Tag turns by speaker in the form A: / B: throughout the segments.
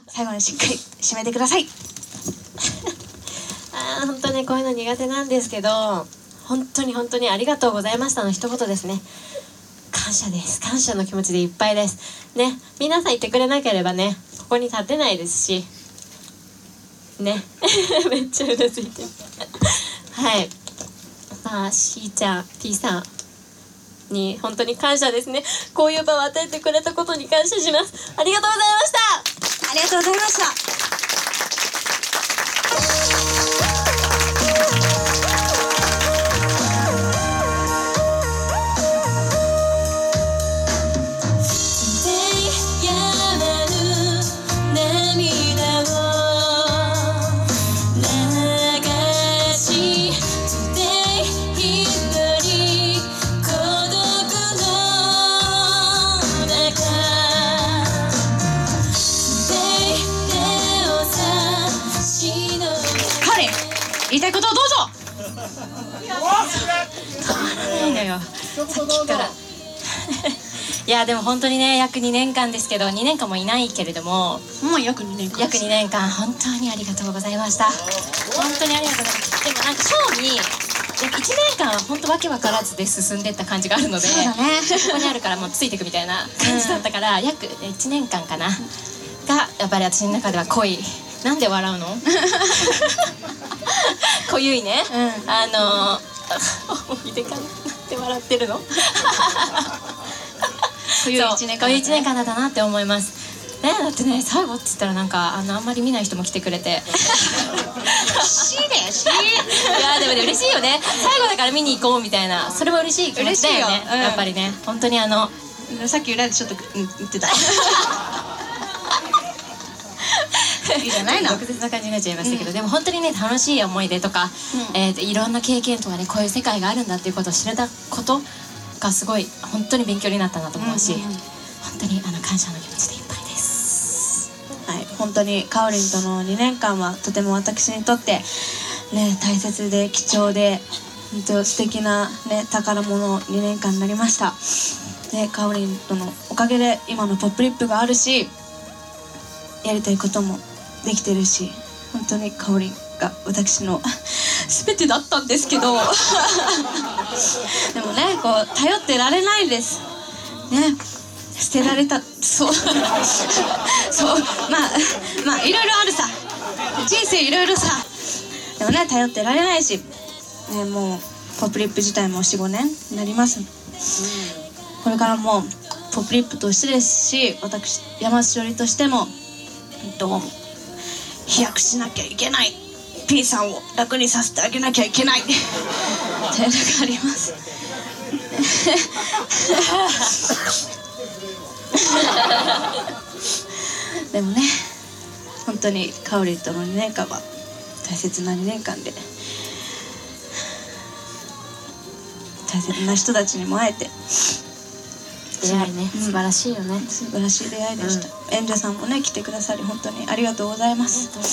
A: 最後にしっかり締めてください。
B: 本当にこういうの苦手なんですけど、本当にありがとうございましたの一言ですね。感謝です。感謝の気持ちでいっぱいですね。皆さん言ってくれなければね、ここに立てないですしね。めっちゃうなずいてる。はい、まあしーちゃん P さんに本当に感謝ですね。こういう場を与えてくれたことに感謝します。ありがとうございました。
A: ありがとうございました。言いたいことをどうぞ。
B: 止まらないのよ、さっきから。いやでも本当にね、約2年間ですけど、2年間もいないけれども、
A: もう約2年間
B: 約2年間本当にありがとうございました。本当にありがとうございます。でもなんかショーに1年間は本当わけわからずで進んでった感じがあるので、
A: そうだね、
B: ここにあるからもうついていくみたいな感じだったから、約1年間かながやっぱり私の中では濃い。なんで笑うの？濃ゆいね、思い出かなって笑ってるの？
A: 濃ゆい1年間、
B: 濃ゆい1年間だったなって思いますね。だってね、最後って言ったらなんかあんまり見ない人も来てくれて
A: しーでしー。
B: いやでもね、嬉しいよね。最後だから見に行こうみたいな、それも嬉しい気持ちだよね。やっぱりね、本当に
A: さっき裏でちょっと言ってた。いいじゃないの。
B: 特別な感じになっちゃいましたけど、でも本当にね、楽しい思い出とか、いろんな経験とかね、こういう世界があるんだっていうことを知れたことがすごい本当に勉強になったなと思うし、本当に感謝の気持ちでいっぱいです。
A: はい、本当にかおりんとの2年間はとても私にとってね、大切で貴重で本当素敵なね、宝物2年間になりました。で、かおりんとのおかげで今のポップリップがあるし、やりたいこともできてるし、本当にかおりんが私の全てだったんですけどでもね、こう頼ってられないですね。捨てられた、そうそう、まあいろいろあるさ、人生いろいろさ。でもね、頼ってられないし、ね、もうポップリップ自体も 4,5 年になります。これからもポップリップとしてですし、私山津しおりとしても飛躍しなきゃいけない、 P さんを楽にさせてあげなきゃいけないというのがありますでもね、本当にかおりとの2年間は大切な2年間で、大切な人たちにも会えて、
B: 出会いね、素晴らしいよね。
A: 素晴らしい出会いでした。演者さんもね、来てくださり本当にありがとうございます。
B: ち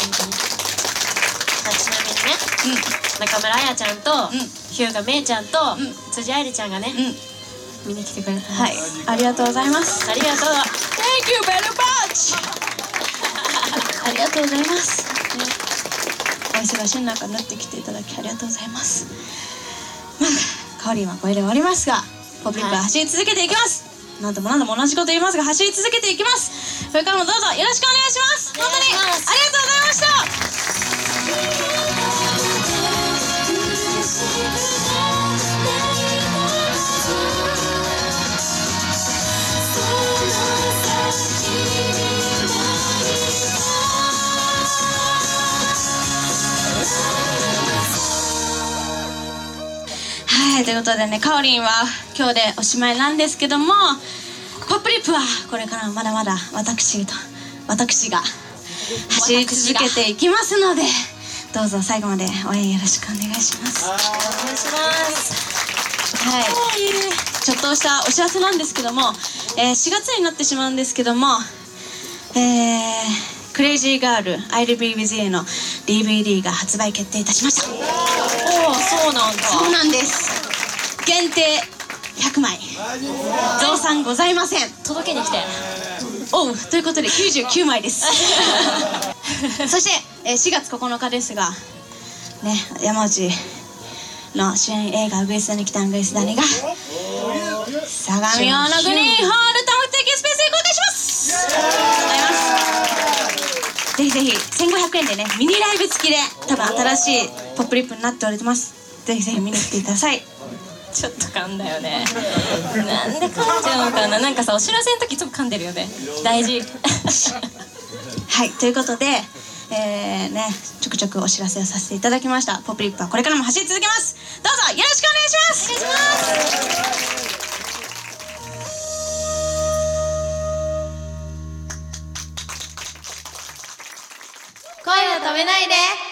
B: なみにね、中村彩ちゃんと日向めいちゃんと辻愛理ちゃんがね、見に来てくれたんです。
A: はい、ありがとうございます。
B: ありがとう。
A: Thank you very much ありがとうございます、ね、お忙しい中縫ってきていただきありがとうございます。まあかおりんはこれで終わりますが、ポップリップは走り続けていきます。何度も同じこと言いますが、走り続けていきます。これからもどうぞよろしくお願いします。本当にありがとうございました。はい、ということでね、かおりんは今日でおしまいなんですけども、ポップリップはこれからもまだまだ私が走り続けていきますので、どうぞ最後まで応援よろしくお願いします。
B: お願いします。
A: はい、ちょっとしたお知らせなんですけども、4月になってしまうんですけども、クレイジーガール I'll Be With You の DVD が発売決定いたしました。
B: おお、そうなんだ。
A: そうなんです。限定100枚、増産ございません。
B: 届けに来て。
A: おう、ということで99枚ですそして、4月9日ですがね、山内の主演映画「ウグイス谷来たんぐいす谷」が相模大野グリーンホール多目的スペースで公開します。ありがとうございます。ぜひぜひ1500円でね、ミニライブ付きで多分新しいポップリップになっております。ぜひぜひ見に来てください。
B: ちょっと噛んだよね。なんで噛んじゃうのかな。なんかさ、お知らせの時いつも噛んでるよね。大事
A: はい、ということでちょくちょくお知らせをさせていただきました。ポップリップはこれからも走り続けます。どうぞよろしくお願いします。
C: 声を止めないで。